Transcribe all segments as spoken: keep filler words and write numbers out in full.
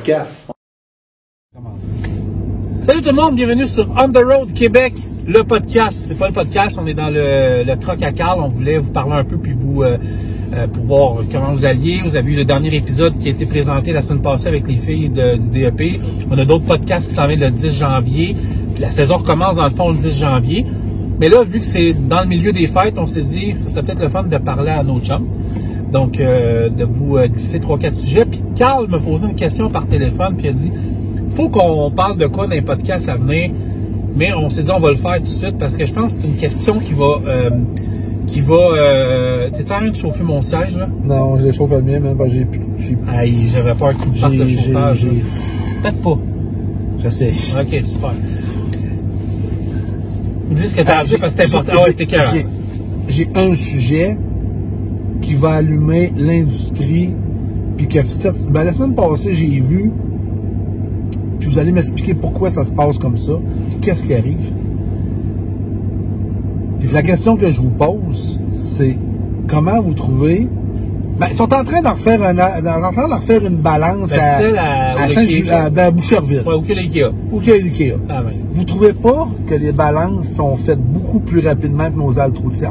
podcast. Salut tout le monde, bienvenue sur On The Road Québec, le podcast. C'est pas le podcast, on est dans le, le truck à Carl. On voulait vous parler un peu puis vous euh, euh, pour voir comment vous alliez. Vous avez eu le dernier épisode qui a été présenté la semaine passée avec les filles de, du D E P. On a d'autres podcasts qui s'en viennent le dix janvier. Puis la saison recommence dans le fond le dix janvier. Mais là, vu que c'est dans le milieu des fêtes, on s'est dit que c'est peut-être le fun de parler à nos chums. Donc, euh, de vous euh, glisser trois quatre sujets. Puis Carl me posait une question par téléphone, puis il a dit faut qu'on parle de quoi dans les podcasts à venir, mais on s'est dit on va le faire tout de suite parce que je pense que c'est une question qui va euh, qui va euh, t'es en train de chauffer mon siège là? Non, je chauffe le mien, même pas j'ai j'ai Aïe, j'avais pas un coup de barre de chauffage. J'ai, j'ai... Peut-être pas. J'essaie. Ok, super. Dis ce que t'as dit parce que c'était important. Ah ouais, c'était clair. J'ai, j'ai un sujet qui va allumer l'industrie, puis que cette, ben, la semaine passée j'ai vu. Puis vous allez m'expliquer pourquoi ça se passe comme ça, puis qu'est-ce qui arrive. Puis la question que je vous pose, c'est comment vous trouvez... Ben, ils sont en train d'en refaire, un, en train d'en refaire une balance ben, à, à, à, Saint- à, ben, à Boucherville. Ouais, ou que l'IKEA. Ou que l'IKEA. Ah, ben. Vous trouvez pas que les balances sont faites beaucoup plus rapidement que nos haltes routières?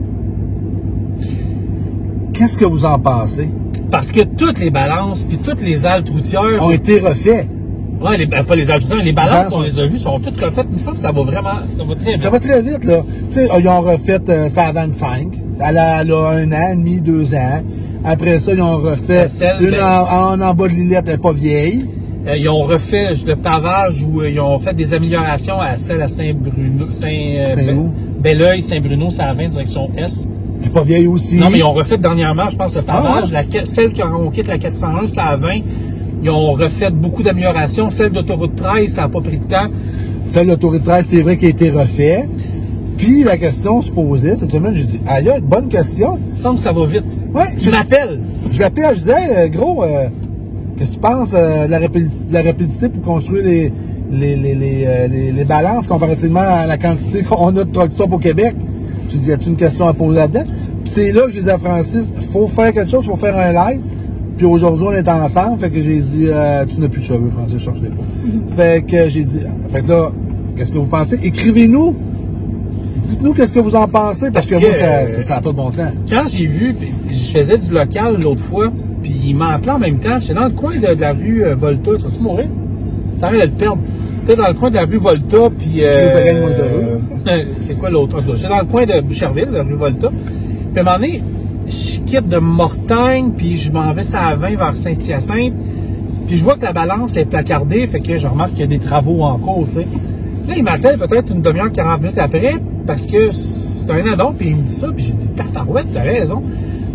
Qu'est-ce que vous en pensez? Parce que toutes les balances puis toutes les haltes routières ont été refaites. Ouais, les, pas les haltes routières, les balances, on les a vues, sont toutes refaites. Il me semble que ça va vraiment, ça va très vite. Ça va très vite, là. Tu sais, ils ont refait euh, ça à vingt-cinq. Elle a, elle a un an, demi, deux ans. Après ça, ils ont refait celle, une ben, en, en, en bas de l'îlette, elle n'est pas vieille. Euh, ils ont refait le pavage où euh, ils ont fait des améliorations à celle à Saint-Bruno, Saint, euh, Saint-Loup. Belleuil, Saint-Bruno, c'est à vingt, direction Est. Elle n'est pas vieille aussi. Non, mais ils ont refait dernièrement, je pense, le pavage. Ah, ouais. la, celle qui on quitte la quatre cent un, c'est à vingt. Ils ont refait beaucoup d'améliorations. Celle d'autoroute treize, ça n'a pas pris de temps. Celle d'autoroute treize, c'est vrai qu'elle a été refait. Puis la question se posait, cette semaine, j'ai dit, aïe, bonne question. Il me semble que ça va vite. Ouais. Je m'appelle. Je l'appelle, je disais, gros, euh, qu'est-ce que tu penses euh, de, la rapidité, de la rapidité pour construire les, les, les, les, euh, les, les balances comparativement à la quantité qu'on a de truck stop au Québec? J'ai dit, y a-t-il une question à poser là-dedans? Puis c'est là que j'ai dit à Francis, il faut faire quelque chose, il faut faire un live. Puis aujourd'hui, on est ensemble, fait que j'ai dit, euh, tu n'as plus de cheveux, Francis, je cherche les pas. Mm-hmm. Fait que j'ai dit, fait que là, qu'est-ce que vous pensez? Écrivez-nous. Dites-nous qu'est-ce que vous en pensez, parce, parce que, que moi, ça n'a pas de bon sens. Quand j'ai vu, je faisais du local l'autre fois, puis il m'a appelé en même temps, j'étais dans le coin de, de la rue euh, Volta, tu vas-tu mourir? T'arrêtes de te perdre. J'étais dans le coin de la rue Volta, puis... Euh, euh, c'est quoi l'autre? J'étais dans le coin de Boucherville, la rue Volta. Puis à un moment donné, je quitte de Mortagne, puis je m'en vais à vingt vers Saint-Hyacinthe, puis je vois que la balance est placardée, fait que je remarque qu'il y a des travaux en cours, tu sais. Là, il m'appelle peut-être une demi-heure, quarante minutes après, parce que c'est un addon, puis il me dit ça, puis j'ai dit, tabarouette, t'as raison.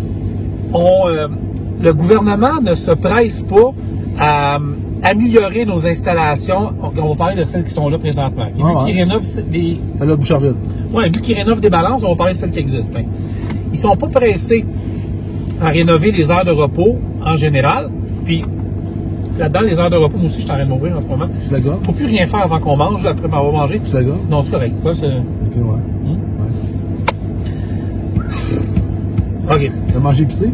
On, euh, le gouvernement ne se presse pas à euh, améliorer nos installations. On, on va parler de celles qui sont là présentement. Okay? Ah, vu ouais. qu'ils rénovent des... Celle-là de Boucherville. Oui, vu qu'ils rénovent des balances, on va parler de celles qui existent. Hein. Ils sont pas pressés à rénover les heures de repos en général, puis là-dedans, les heures de repos, moi aussi, je suis en train de mourir en ce moment. Tu la gars? Faut plus rien faire avant qu'on mange, là, après m'avoir mangé. Tu la gars? Non, c'est correct. Ça, c'est... Ok, ouais. Hum? ouais. OK. T'as mangé épicé?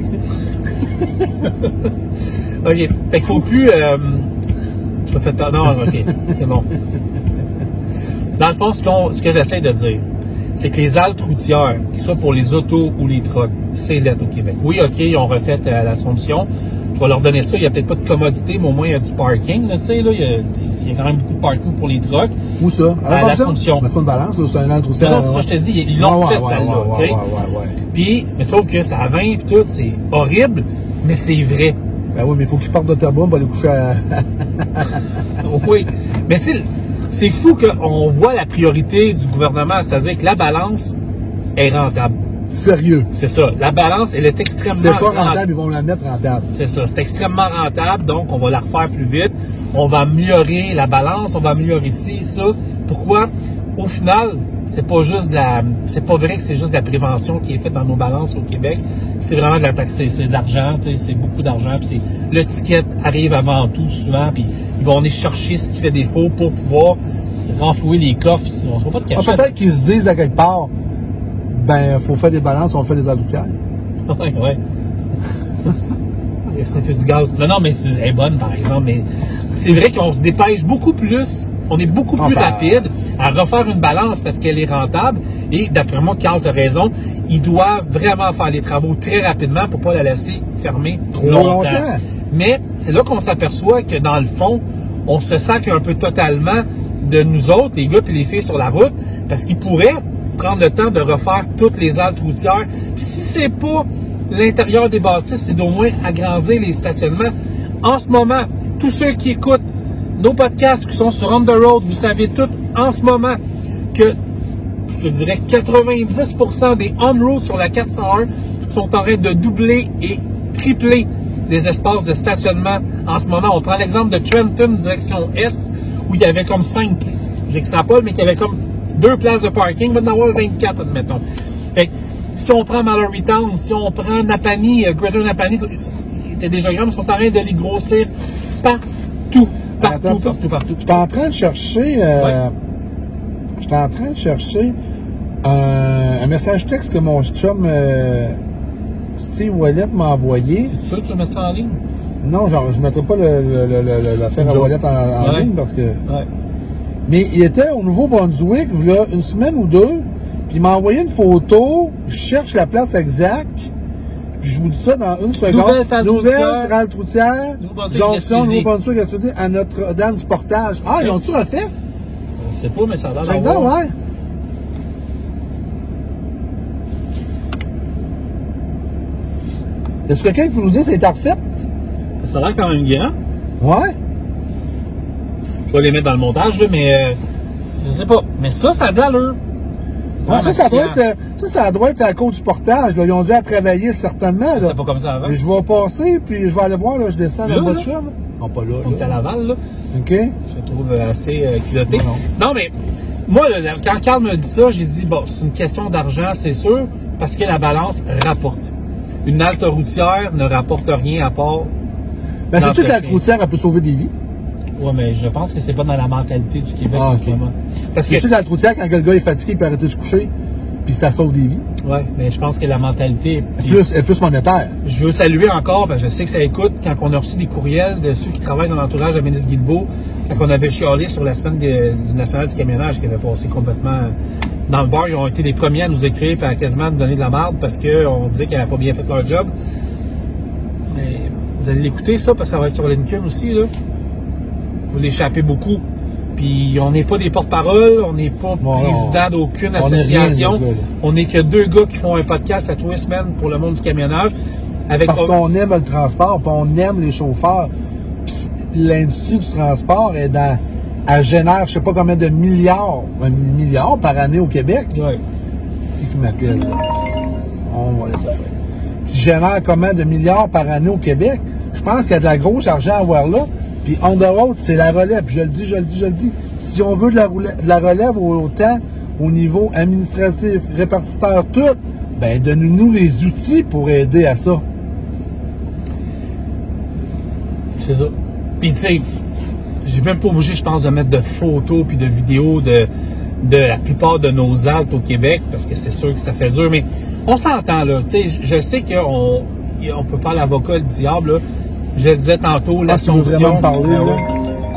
OK. Fait qu'il faut plus... Euh... Tu m'as fait peur. Non, OK. C'est bon. Dans le fond, ce, qu'on, ce que j'essaie de dire, c'est que les haltes routières, qu'ils soient pour les autos ou les trucks, c'est l'aide au Québec. Oui, OK, ils ont refait euh, l'Assomption. Je vais leur donner ça. Il n'y a peut-être pas de commodité, mais au moins, il y a du parking. Tu sais, là, il y, a, il y a quand même beaucoup de parking pour les trucks. Où ça? À, à l'Assomption. Mais c'est pas une balance, là, c'est un halte routière. Non, c'est ça, je te dis. Ils l'ont ouais, fait, ouais, celle-là. Ouais, tu sais. ouais, ouais, ouais. Puis, mais sauf que ça a vingt et tout, c'est horrible, mais c'est vrai. Ben oui, mais il faut qu'ils partent de Terrebonne pour aller coucher à... Oui. Mais tu sais, c'est fou qu'on voit la priorité du gouvernement, c'est-à-dire que la balance est rentable. Sérieux. C'est ça. La balance, elle est extrêmement rentable. C'est pas rentable, rentable, ils vont la mettre rentable. C'est ça. C'est extrêmement rentable, donc on va la refaire plus vite. On va améliorer la balance, on va améliorer ci, ça. Pourquoi? Au final, c'est pas juste de la, c'est pas vrai que c'est juste de la prévention qui est faite dans nos balances au Québec. C'est vraiment de la taxe, c'est de l'argent, tu sais, c'est beaucoup d'argent. Puis c'est, le ticket arrive avant tout souvent, puis ils vont aller chercher ce qui fait défaut pour pouvoir renflouer les coffres. On se voit pas de cachette. Ah, peut-être qu'ils se disent à quelque part, ben, faut faire des balances, on fait des adoucaires. Ouais, ouais. sniffer du gaz. Non, non, mais c'est, elle est bonne, par exemple, mais c'est vrai qu'on se dépêche beaucoup plus, on est beaucoup plus enfin, rapide à refaire une balance parce qu'elle est rentable. Et d'après moi, Carl a raison, il doit vraiment faire les travaux très rapidement pour pas la laisser fermer trop longtemps. longtemps. Mais c'est là qu'on s'aperçoit que dans le fond, on se sacre un peu totalement de nous autres, les gars et les filles sur la route, parce qu'ils pourraient prendre le temps de refaire toutes les haltes routières. Puis si c'est pas l'intérieur des bâtisses, c'est d'au moins agrandir les stationnements. En ce moment, tous ceux qui écoutent nos podcasts qui sont sur On The Road, vous savez tous en ce moment que, je dirais, quatre-vingt-dix pour cent des on-road sur la quatre cent un sont en train de doubler et tripler les espaces de stationnement. En ce moment, on prend l'exemple de Trenton, direction Est, où il y avait comme cinq, j'extrapole, mais qu'il y avait comme deux places de parking, maintenant on va en avoir vingt-quatre, admettons. Fait que, si on prend Mallory Town, si on prend Napanee, Greater Napanee, ils étaient déjà grands, mais ils sont en train de les grossir partout, partout, Attends, partout, partout. J'étais en train de chercher, euh, Ouais. j'étais en train de chercher un, un message texte que mon chum euh, Steve Wallet m'a envoyé. Es-tu sûr que tu vas mettre ça en ligne? Non, genre, je ne mettrai pas le, le, le, le, l'affaire à Joe. Wallet en, en Ouais. ligne parce que... Ouais. Mais il était au Nouveau-Brunswick, il y a une semaine ou deux, puis il m'a envoyé une photo, je cherche la place exacte, puis je vous dis ça dans une seconde. Nouvelle halte routière. Nouvelle halte routière, Nouveau-Brunswick, jonction Gaspésie. Nouveau-Brunswick, Gaspésie, à Notre-Dame du Portage. Ah, ils ont-tu refait? Je sais pas, mais ça a l'air Check d'avoir... down, ouais. Est-ce que quelqu'un peut nous dire si ça a été refait? Ça a l'air quand même grand. Ouais. Je vais les mettre dans le montage, là, mais euh, je sais pas. Mais ça, ça a de l'allure. Ouais, ça, ça doit c'est être, euh, ça, ça doit être à cause du portage. Là. Ils ont dû à travailler certainement. Là. C'était pas comme ça avant. Mais je vais passer, puis je vais aller voir, là, je descends Là, dans le là? voiture. Là. Non, pas là. On est à là. Laval, là. OK. Je trouve assez euh, culotté. Non, Non, mais moi, là, quand Carl me dit ça, j'ai dit, bon, c'est une question d'argent, c'est sûr, parce que la balance rapporte. Une halte routière ne rapporte rien à part... Ben, c'est-tu que la l'entretien. routière, elle peut sauver des vies? Ouais, mais je pense que c'est pas dans la mentalité du Québec Ah, en ok. ce moment. Parce que... C'est-tu que la routière, quand le gars est fatigué, il peut arrêter de se coucher, puis ça sauve des vies? Ouais, mais je pense que la mentalité... Elle est plus, elle est plus monétaire. Je veux saluer encore, parce que je sais que ça écoute, quand on a reçu des courriels de ceux qui travaillent dans l'entourage de Ménis Guilbeault, quand on avait chialé sur la semaine de- du National du camionnage qui avait passé complètement dans le bar, ils ont été les premiers à nous écrire et à quasiment nous donner de la merde parce qu'on disait qu'ils n'avaient pas bien fait leur job. Mais vous allez l'écouter ça, parce que ça va être sur LinkedIn aussi, là. Vous l'échappez beaucoup. Puis on n'est pas des porte-parole, on n'est pas Bon, président d'aucune on est rien, association. les gars, là. On n'est que deux gars qui font un podcast à tous les semaines pour le monde du camionnage. Avec Parce qu'on aime le transport, puis on aime les chauffeurs. Puis l'industrie du transport est dans... Elle génère, je sais pas combien de milliards, un milliard par année au Québec. Ouais. Qui qui m'appelle? là? On va laisser faire. Qui génère combien de milliards par année au Québec? Je pense qu'il y a de la grosse argent à avoir là. Puis on the road, c'est la relève. Puis je le dis, je le dis, je le dis. Si on veut de la, roulette, de la relève autant au niveau administratif, répartiteur, tout, ben donnez-nous les outils pour aider à ça. C'est ça. Puis tu sais, j'ai même pas obligé, je pense, de mettre de photos puis de vidéos de, de la plupart de nos haltes au Québec, parce que c'est sûr que ça fait dur, mais on s'entend là. Tu sais, je sais qu'on on peut faire l'avocat du diable, là. Je le disais tantôt, Ah, tu veux l'Assomption. vraiment me parler, Ah ouais. là?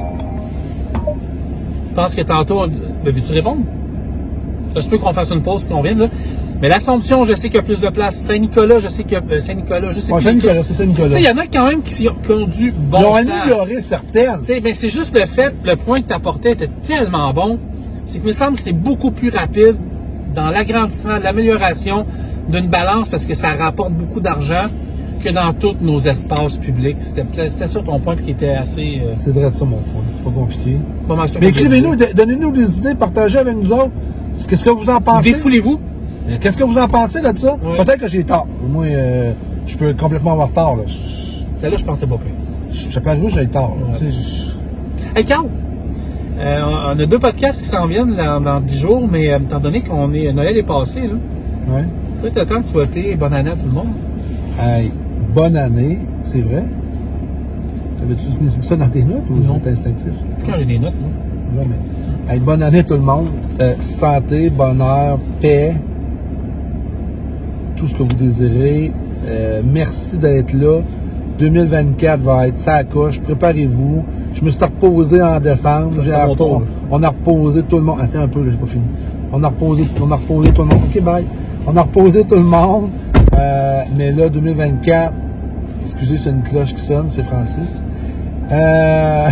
Je pense que tantôt, on- ben, veux-tu répondre? Ça se peut qu'on fasse une pause puis qu'on vienne, là. Mais l'Assomption, je sais qu'il y a plus de place. Saint-Nicolas, je sais qu'il y a... euh, Saint-Nicolas, je sais Ouais, plus. Saint-Nicolas, c'est Tu Saint-Nicolas. sais, il y en a quand même qui, qui ont du bon Ils ont sens. amélioré certaines. Tu sais, ben, c'est juste le fait, le point que tu apportais était tellement bon, c'est que me semble que c'est beaucoup plus rapide dans l'agrandissement, l'amélioration d'une balance, parce que ça rapporte beaucoup d'argent, que dans tous nos espaces publics. C'était c'était ça ton point qui était assez... Euh, C'est vrai de ça, mon point. C'est pas compliqué. pas mal sûr Mais que je écrivez-nous, disais. d- donnez-nous des idées, partagez avec nous autres. Qu'est-ce que vous en pensez? Défoulez-vous. Qu'est-ce que vous en pensez là, de ça? Ouais. Peut-être que j'ai tort. Moi, euh, je peux complètement avoir tort. Là. Je, Là, je pensais pas plus. je, je peux arriver, j'ai tort. Là. Ouais. Tu sais, je- Hey, Carl, euh, on a deux podcasts qui s'en viennent là, dans dix jours, mais euh, étant donné qu'on est Noël est passé, là, ouais. peut-être le temps de souhaiter bonne année à tout le monde. Hey, bonne année, c'est vrai. Avais-tu mis ça dans tes notes ou Non. c'est instinctif? Quand j'ai des notes, moi. Jamais. Hey, bonne année tout le monde. Euh, santé, bonheur, paix, tout ce que vous désirez. Euh, merci d'être là. deux mille vingt-quatre va être ça coche. Préparez-vous. Je me suis reposé en décembre. J'ai mon tour, on, on a reposé tout le monde. Attends un peu, là, j'ai pas fini. On a reposé, on a reposé tout le monde. OK, bye. On a reposé tout le monde. Euh, mais là, deux mille vingt-quatre, excusez, c'est une cloche qui sonne, c'est Francis. Euh,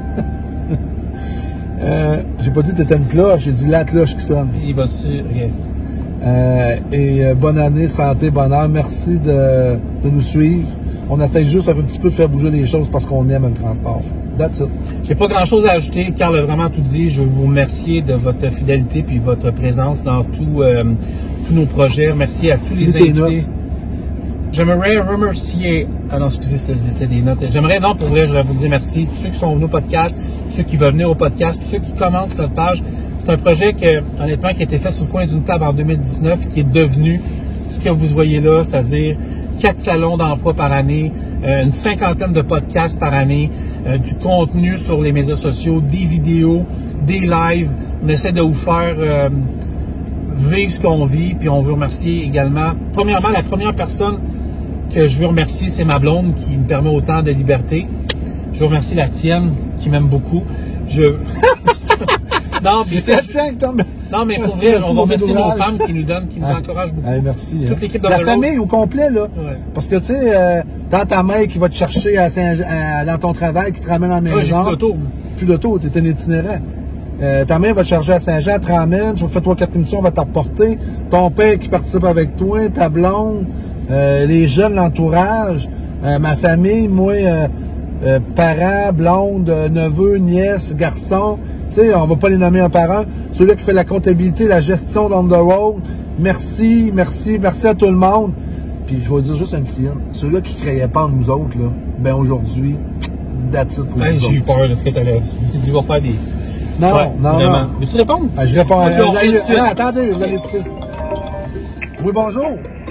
euh, j'ai pas dit que t'étais une cloche, j'ai dit la cloche qui sonne. Il va dessus, ok. Euh, et euh, bonne année, santé, bonheur. Merci de, de nous suivre. On essaie juste un petit peu de faire bouger les choses parce qu'on aime le transport. That's it. J'ai pas grand chose à ajouter. Carl a vraiment tout dit. Je veux vous remercier de votre fidélité puis votre présence dans tout, euh, tous nos projets. Merci à tous les invités. J'aimerais remercier. Ah non, excusez, c'était des notes. J'aimerais, non, pour vrai, je voudrais vous dire merci. Tous ceux qui sont venus au podcast, tous ceux qui veulent venir au podcast, tous ceux qui commentent sur notre page. C'est un projet que, honnêtement, qui a été fait sur le coin d'une table en deux mille dix-neuf, qui est devenu ce que vous voyez là, c'est-à-dire quatre salons d'emploi par année, euh, une cinquantaine de podcasts par année, euh, du contenu sur les médias sociaux, des vidéos, des lives. On essaie de vous faire euh, vivre ce qu'on vit, puis on veut remercier également. Premièrement, la première personne que je veux remercier, c'est ma blonde qui me permet autant de liberté. Je veux remercier la tienne qui m'aime beaucoup. Je... non, mais tu sais, non, mais pour vrai, on va remercier nos femmes qui nous donnent, qui nous ah, encouragent beaucoup. Ah, merci. Toute l'équipe de la famille au complet, là. Ouais. Parce que, tu sais, euh, tant ta mère qui va te chercher à Saint à, dans ton travail, qui te ramène en maison. Ouais, j'ai plus d'auto. Plus d'auto, t'es un itinérant. Euh, ta mère va te charger à Saint-Jean, te ramène, tu vas faire trois quatre émissions, on va te reporter. Ton père qui participe avec toi, ta blonde, euh, les jeunes, l'entourage, euh, ma famille, moi, euh, euh, parents, blonde, euh, neveux, nièces, garçons. Tu sais, on va pas les nommer un par un. Celui-là qui fait la comptabilité, la gestion d'on the road. Merci, merci, merci à tout le monde. Puis je vais dire juste un petit hein. Ceux-là qui ne croyaient pas en nous autres, là, ben aujourd'hui, that's it pour hey, nous j'ai autres. eu peur de ce que tu allais. Tu vas faire des. Non, ouais, non, vraiment. non. Veux-tu répondre? Ah, je réponds. Okay, à... allez, non, attendez, vous allez écouter. Oui, bonjour.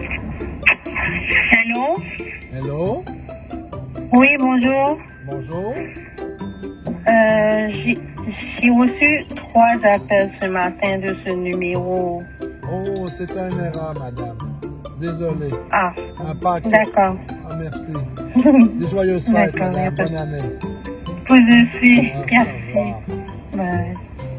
Allô? Hello. Oui, bonjour. Bonjour. Euh, j'ai j'ai reçu trois appels ce matin de ce numéro. Oh, c'est une erreur, madame. Désolé. Ah, un paquet. D'accord. Ah, merci. Des joyeuses fêtes, madame. Bonne année. Vous aussi. Ah, merci. Bye.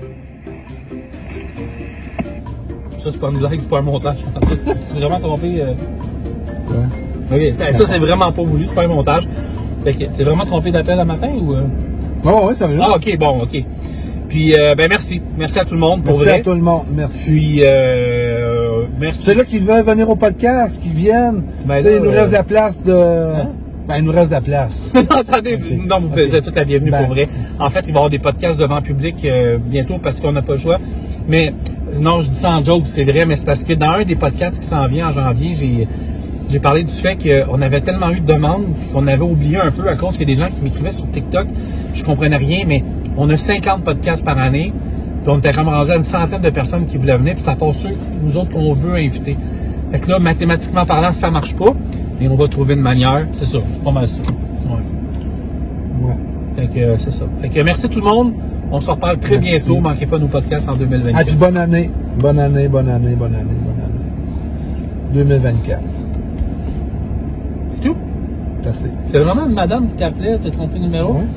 Ça, c'est pas une blague, c'est pas un montage. Tu t'es vraiment trompé. Euh... Ouais. Ok, ça, ça c'est vraiment pas voulu, c'est pas un montage. Fait que t'es vraiment trompé d'appel à matin ou. Euh... Oh, oui, ça va. Ah, ok, bon, ok. Puis, euh, ben, merci. Merci à tout le monde pour merci vrai. Merci à tout le monde. Merci. Puis, euh, merci. C'est là qui veulent venir au podcast, qui viennent. Ben, tu sais, il nous euh... reste de la place de. Hein? Ben, il nous reste de la place. non, attendez, okay. non, vous okay. êtes toute la bienvenue ben. pour vrai. En fait, il va y avoir des podcasts devant public euh, bientôt parce qu'on n'a pas le choix. Mais, non, je dis ça en joke, c'est vrai, mais c'est parce que dans un des podcasts qui s'en vient en janvier, j'ai. J'ai parlé du fait qu'on avait tellement eu de demandes qu'on avait oublié un peu à cause qu'il y a des gens qui m'écrivaient sur TikTok. Je comprenais rien, mais on a cinquante podcasts par année. Puis on était comme rendu à une centaine de personnes qui voulaient venir. Puis ça passe ceux, nous autres, qu'on veut inviter. Fait que là, mathématiquement parlant, ça marche pas. Mais on va trouver une manière. C'est ça. C'est pas mal ça. Ouais. Ouais. Fait que euh, c'est ça. Fait que merci tout le monde. On se reparle très merci. bientôt. Manquez pas nos podcasts en deux mille vingt-quatre. Ah, puis bonne année. Bonne année, bonne année, bonne année, bonne année. deux mille vingt-quatre. Tout? C'est assez. C'est vraiment une madame qui t'appelait, t'as trompé le numéro? Ouais.